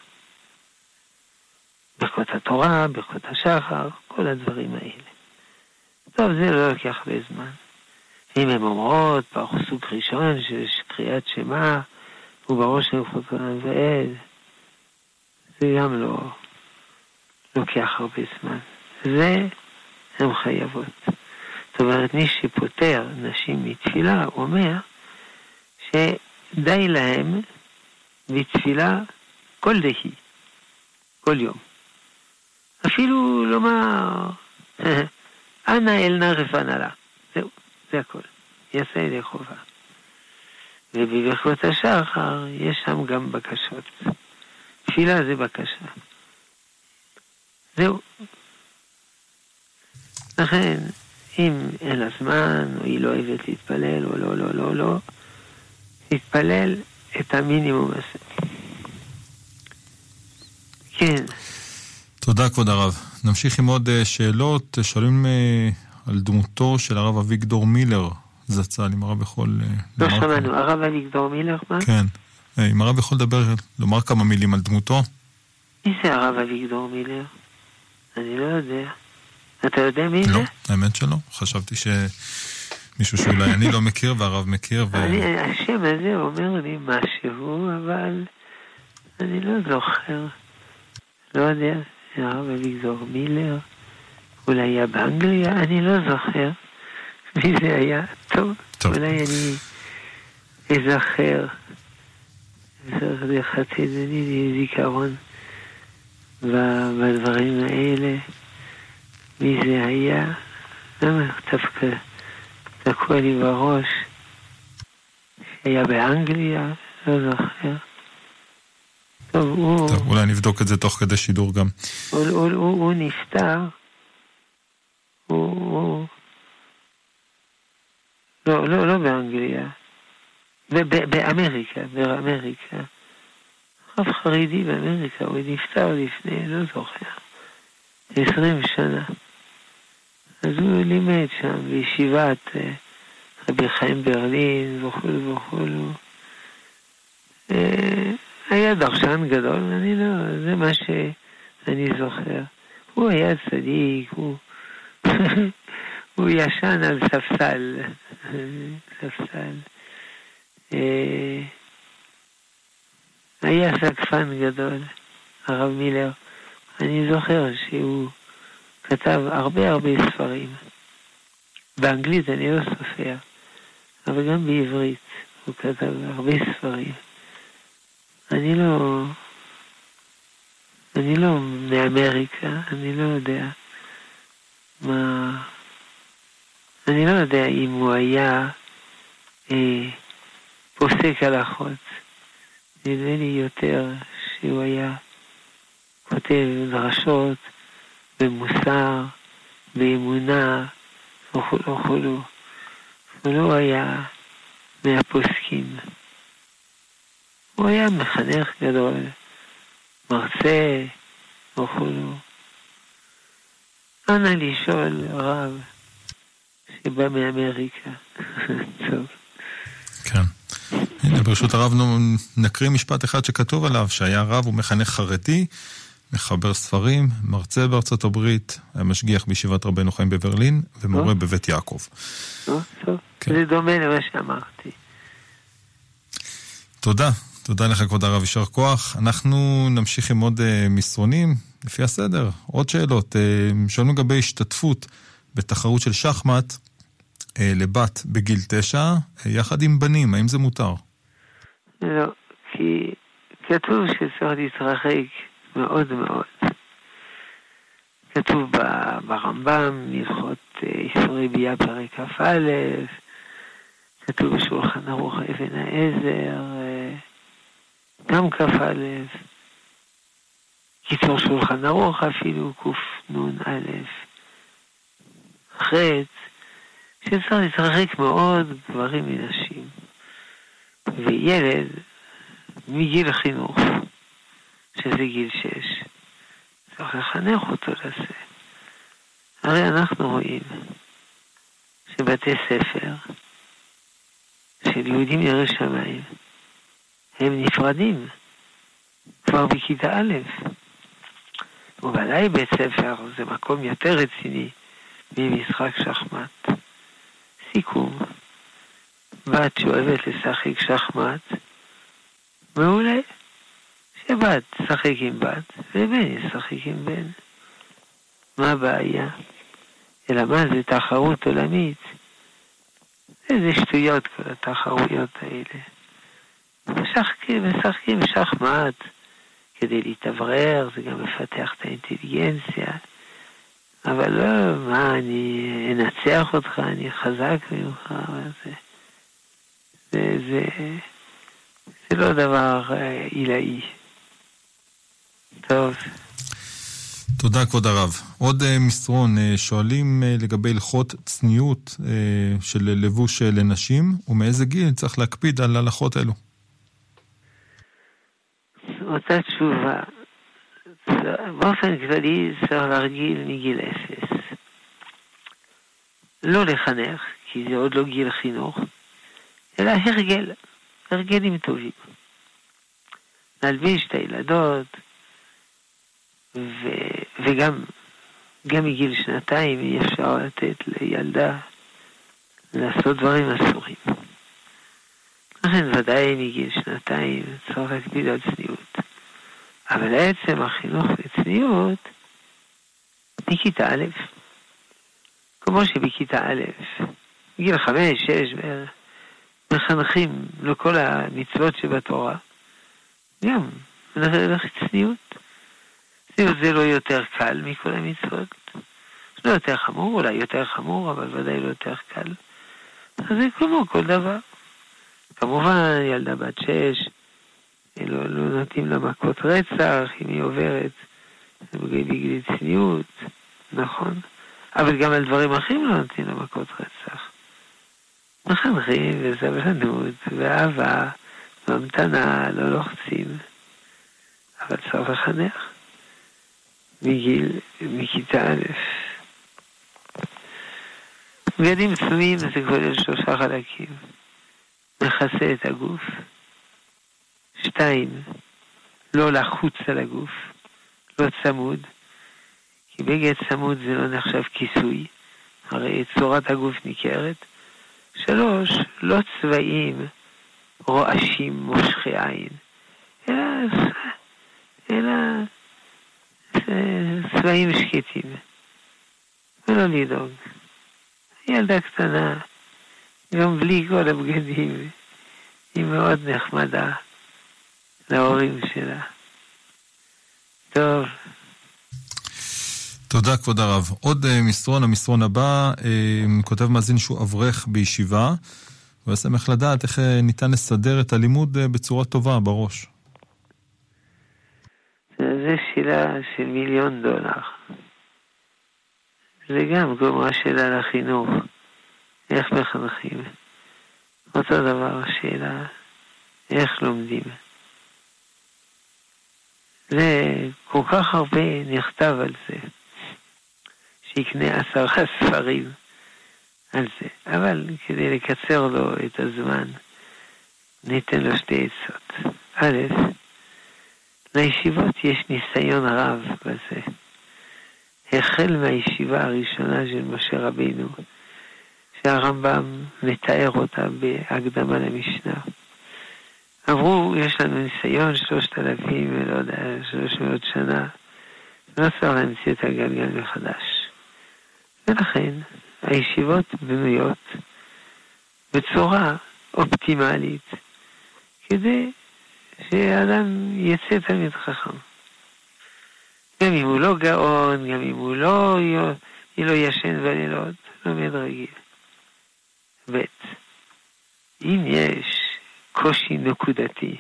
ברכות התורה, ברכות השחר, כל הדברים האלה. טוב, זה לא לוקח הרבה זמן. אם הן אומרות, פסוק ראשון של קריאת שמע, ובראש נפות ועד, זה גם לא לוקח הרבה זמן. זה הן חייבות. זאת אומרת, מי שפותר נשים מתפילה, אומר שדי להם בתפילה כל דהי, כל יום. אפילו לומר, אנא אלנה רפנה לה. זהו, זה הכל. יעשה ידי חובה. ובברכות השחר יש שם גם בקשות. תפילה זה בקשה. זהו. לכן, אם אין לה זמן, או היא לא אוהבת להתפלל, או לא, לא, לא, לא, להתפלל את המינימום הזה. כן. תודה כבוד הרב. נמשיך עם עוד שאלות. שואלים על דמותו של הרב אביגדור מילר זצ"ל, אם הרב יכול... לא שמענו, הרב אביגדור מילר, מה? כן. אם הרב יכול לדבר, לומר כמה מילים על דמותו? מי זה הרב אביגדור מילר? אני לא יודע. אתה יודע מי זה? לא, האמת שלא. חשבתי שמישהו שאולי אני לא מכיר והרב מכיר. השם הזה אומר לי משהו, אבל אני לא זוכר. לא יודע. הרב אביגדור מילר, אולי היה באנגליה, אני לא זוכר מי זה היה. טוב, טוב. אולי אני אזכר, זה חצי דני זיכרון בדברים האלה, מי זה היה, למה דווקא תקוע לי בראש, שהיה באנגליה, לא זוכר. טוב, הוא... טוב, אולי נבדוק את זה תוך כדי שידור גם. הוא, הוא, הוא, הוא נפטר. הוא, הוא... לא, לא, לא באנגליה. ב- באמריקה, באמריקה. רב חרדי באמריקה, הוא נפטר לפני, לא זוכר, עשרים שנה. אז הוא לימד שם בישיבת רבי חיים ברלין וכולו וכולו. היה דרשן גדול, אני לא, זה מה שאני זוכר. הוא היה צדיק, הוא, הוא ישן על ספסל, ספסל. היה סקפן גדול, הרב מילר. אני זוכר שהוא כתב הרבה הרבה ספרים. באנגלית אני לא סופר, אבל גם בעברית הוא כתב הרבה ספרים. אני לא, אני לא מאמריקה, אני לא יודע מה, אני לא יודע אם הוא היה אה, פוסק הלכות. נדמה לי יותר שהוא היה כותב דרשות במוסר, באמונה וכולו וכולו. הוא לא היה מהפוסקים. הוא היה מחנך גדול, מרצה וכולו. אנא לשאול רב שבא מאמריקה. טוב. כן. הנה, ברשות הרב נקריא משפט אחד שכתוב עליו, שהיה רב ומחנך חרדי, מחבר ספרים, מרצה בארצות הברית, היה משגיח בישיבת רבנו חיים בברלין, ומורה בבית יעקב. טוב, זה דומה למה שאמרתי. תודה, תודה לך כבוד הרב, יישר כוח. אנחנו נמשיך עם עוד מסרונים, לפי הסדר. עוד שאלות, שאלנו לגבי השתתפות בתחרות של שחמט, לבת בגיל תשע, יחד עם בנים, האם זה מותר? לא, כי כתוב שצריך להתרחק מאוד מאוד. כתוב ברמב"ם, הלכות איסורי ביאה פרק כ"א, כתוב בשולחן ערוך אבן העזר, גם כ"א, קיצור שולחן ערוך אפילו קנ"א, חץ, שצריך להתרחק מאוד גברים מנשים. וילד מגיל חינוך, שזה גיל שש, צריך לחנך אותו לזה. הרי אנחנו רואים שבתי ספר של יהודים ירא שמיים הם נפרדים כבר בכיתה א', ובוודאי בית ספר זה מקום יותר רציני ממשחק שחמט. סיכום, בת שאוהבת לשחק שחמט, מעולה, שבת שחק עם בת ובן ישחק עם בן. מה הבעיה? אלא מה, זה תחרות עולמית? איזה שטויות כל התחרויות האלה. משחקים, משחקים שחמט כדי להתאוורר, זה גם מפתח את האינטליגנציה. אבל לא, מה, אני אנצח אותך, אני חזק ממך, זה, זה, זה, זה לא דבר עילאי. טוב. תודה כבוד הרב. עוד מסרון, שואלים לגבי הלכות צניעות של לבוש לנשים, ומאיזה גיל צריך להקפיד על הלכות אלו? אותה תשובה. באופן כללי צריך להרגיל מגיל אפס. לא לחנך, כי זה עוד לא גיל חינוך, אלא הרגל, הרגלים טובים. נלביש את הילדות, ו... וגם גם מגיל שנתיים אי אפשר לתת לילדה לעשות דברים אסורים. לכן ודאי מגיל שנתיים צריך להקפיד על צניעות. אבל עצם החינוך לצניעות מכיתה א', כמו שבכיתה א', בגיל חמש, שש בערך, מחנכים לכל המצוות שבתורה, גם לצניעות. צניעות זה לא יותר קל מכל המצוות, לא יותר חמור, אולי יותר חמור, אבל ודאי לא יותר קל. אז זה כמו כל דבר. כמובן, ילדה בת שש, לא, לא נותנים לה מכות רצח, אם היא עוברת בגלל צניעות, נכון? אבל גם על דברים אחרים לא נותנים לה מכות רצח. מחנכים וסבלנות ואהבה והמתנה, לא לוחצים. אבל צריך לחנך מגיל, מכיתה א'. בגדים צנועים זה כולל שלושה חלקים. מכסה את הגוף. שתיים, לא לחוץ על הגוף, לא צמוד, כי בגד צמוד זה לא נחשב כיסוי, הרי צורת הגוף ניכרת. שלוש, לא צבעים רועשים מושכי עין, אלא, אלא צבעים שקטים, ולא לדאוג. ילדה קטנה, גם בלי כל הבגדים, היא מאוד נחמדה להורים שלה. טוב. תודה כבוד הרב. עוד uh, מסרון, המסרון הבא, uh, כותב מאזין שהוא אברך בישיבה, ושמח לדעת איך uh, ניתן לסדר את הלימוד uh, בצורה טובה בראש. זה שאלה של מיליון דולר. זה גם גומרה שאלה לחינוך. איך מחנכים? אותו דבר השאלה, איך לומדים? זה כל כך הרבה נכתב על זה, שיקנה עשרה ספרים על זה. אבל כדי לקצר לו את הזמן, ניתן לו שתי עצות. א', לישיבות יש ניסיון רב בזה. החל מהישיבה הראשונה של משה רבינו, שהרמב"ם מתאר אותה בהקדמה למשנה. אמרו, יש לנו ניסיון שלושת אלפים, ולא יודע, שלוש מאות שנה, לא צריך להמציא את הגלגל מחדש. ולכן, הישיבות בנויות בצורה אופטימלית, כדי שהאדם יצא תלמיד חכם. גם אם הוא לא גאון, גם אם הוא לא, היא לא ישן בלילות, לומד רגיל. ב' אם יש קושי נקודתי,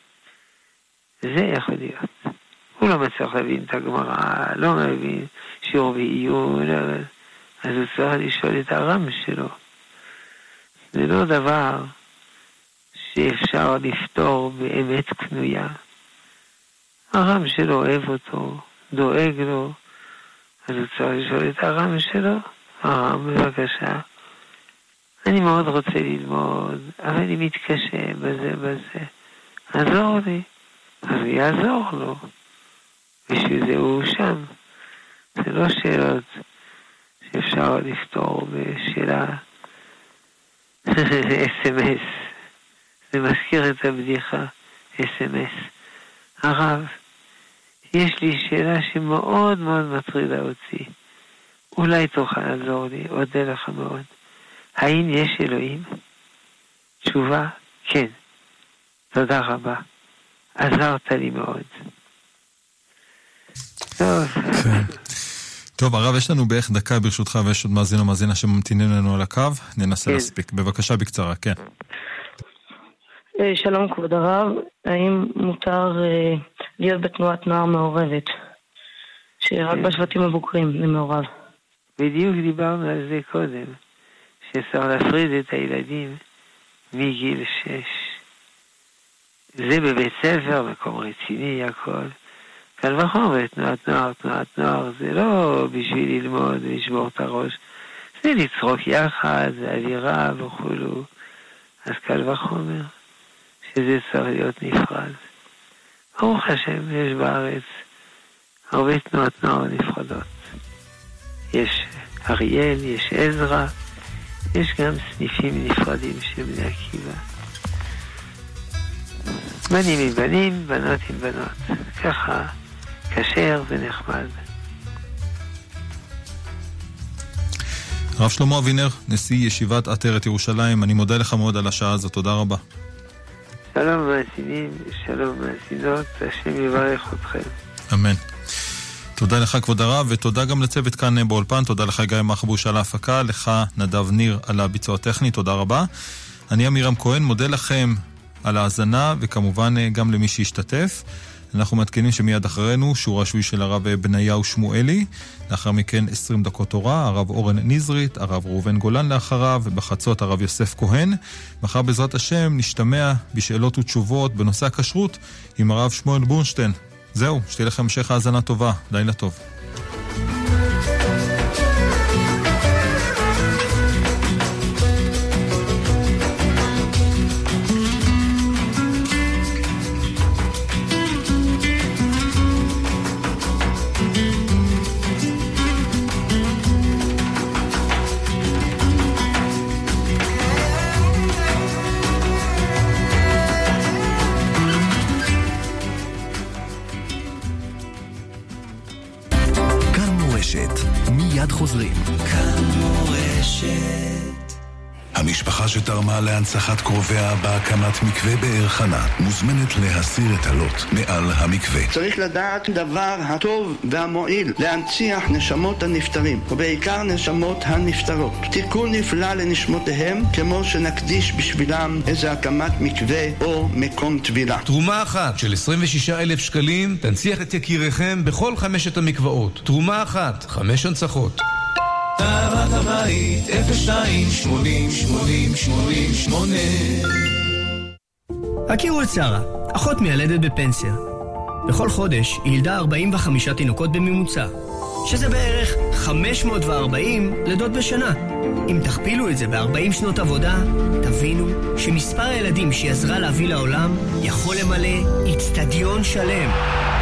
זה יכול להיות. הוא לא מצליח להבין את הגמרא, לא מבין שיעור בעיון, אז הוא צריך לשאול את הרם שלו. זה לא דבר שאפשר לפתור באמת קנויה. הרם שלו אוהב אותו, דואג לו, אז הוא צריך לשאול את הרם שלו. הרם, בבקשה, אני מאוד רוצה ללמוד, אבל אני מתקשה בזה בזה. עזור לי. אז הוא יעזור לו. בשביל זה הוא שם. זה לא שאלות שאפשר לפתור בשאלה אס אם אס. זה מזכיר את הבדיחה אס אם אס. הרב, יש לי שאלה שמאוד מאוד מטרידה אותי. אולי תוכל לעזור לי, אודה לך מאוד. האם יש אלוהים? תשובה, כן. תודה רבה. עזרת לי מאוד. טוב. טוב, הרב, יש לנו בערך דקה ברשותך, ויש עוד מאזין או מאזינה שממתינים לנו על הקו. ננסה להספיק. בבקשה, בקצרה, כן. שלום כבוד הרב, האם מותר להיות בתנועת נוער מעורבת? שרק בשבטים הבוגרים זה מעורב. בדיוק דיברנו על זה קודם. שצריך להפריד את הילדים מגיל שש. זה בבית ספר, מקום רציני, הכל. כאן וחומר, תנועת נוער, תנועת נוער, זה לא בשביל ללמוד ולשבור את הראש. זה לצחוק יחד, זה אווירה וכולו. אז קל וחומר, שזה צריך להיות נפרד. ברוך השם, יש בארץ הרבה תנועת נוער נפרדות. יש אריאל, יש עזרא, יש גם סניפים נפרדים של בני עקיבא. בנים עם בנים, בנות עם בנות. ככה, כשר ונחמד. הרב שלמה אבינר, נשיא ישיבת עטרת ירושלים, אני מודה לך מאוד על השעה הזאת, תודה רבה. שלום מאזינים, שלום מאזינות, השם יברך אתכם. אמן. תודה לך כבוד הרב, ותודה גם לצוות כאן באולפן, תודה לך גיא מחבוש על ההפקה, לך נדב ניר על הביצוע הטכני, תודה רבה. אני אמירם כהן, מודה לכם על ההאזנה, וכמובן גם למי שהשתתף. אנחנו מתקנים שמיד אחרינו שורה שבועי של הרב בניהו שמואלי, לאחר מכן עשרים דקות תורה, הרב אורן נזרית, הרב ראובן גולן לאחריו, ובחצות הרב יוסף כהן. מחר בעזרת השם נשתמע בשאלות ותשובות בנושא הכשרות עם הרב שמואל בורנשטיין. זהו, שתהיה לכם המשך האזנה טובה, לילה טוב. שתרמה להנצחת קרוביה בהקמת מקווה באר חנה מוזמנת להסיר את הלוט מעל המקווה. צריך לדעת דבר הטוב והמועיל להנציח נשמות הנפטרים, ובעיקר נשמות הנפטרות. תיקון נפלא לנשמותיהם, כמו שנקדיש בשבילם איזה הקמת מקווה או מקום טבילה. תרומה אחת של עשרים ושישה אלף שקלים תנציח את יקיריכם בכל חמשת המקוואות. תרומה אחת, חמש הנצחות. טהרת הבית, אפס שתיים שמונים שמונים שמונים שמונה. הכירו את שרה, אחות מיילדת בפנסיה. בכל חודש היא ילדה ארבעים וחמישה תינוקות בממוצע, שזה בערך חמש מאות וארבעים לידות בשנה. אם תכפילו את זה ב-ארבעים שנות עבודה, תבינו שמספר הילדים שהיא עזרה להביא לעולם יכול למלא אצטדיון שלם.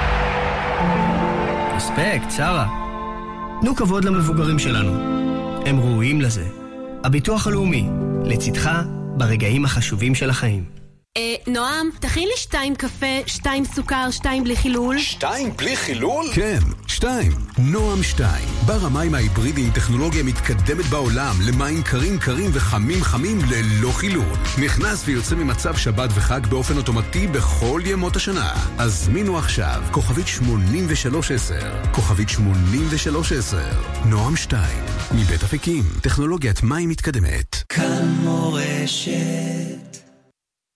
אספקט, שרה. תנו כבוד למבוגרים שלנו. הם ראויים לזה. הביטוח הלאומי, לצדך ברגעים החשובים של החיים. אה, נועם, תכין לי שתיים קפה, שתיים סוכר, שתיים בלי חילול. שתיים בלי חילול? כן, שתיים. נועם שתיים. בר המים ההיברידי עם טכנולוגיה מתקדמת בעולם למים קרים קרים וחמים חמים ללא חילול. נכנס ויוצא ממצב שבת וחג באופן אוטומטי בכל ימות השנה. הזמינו עכשיו, כוכבית שמונים ושלוש עשר. כוכבית שמונים ושלוש עשר. נועם שתיים. מבית אפיקים, טכנולוגיית מים מתקדמת. כאן מורשת.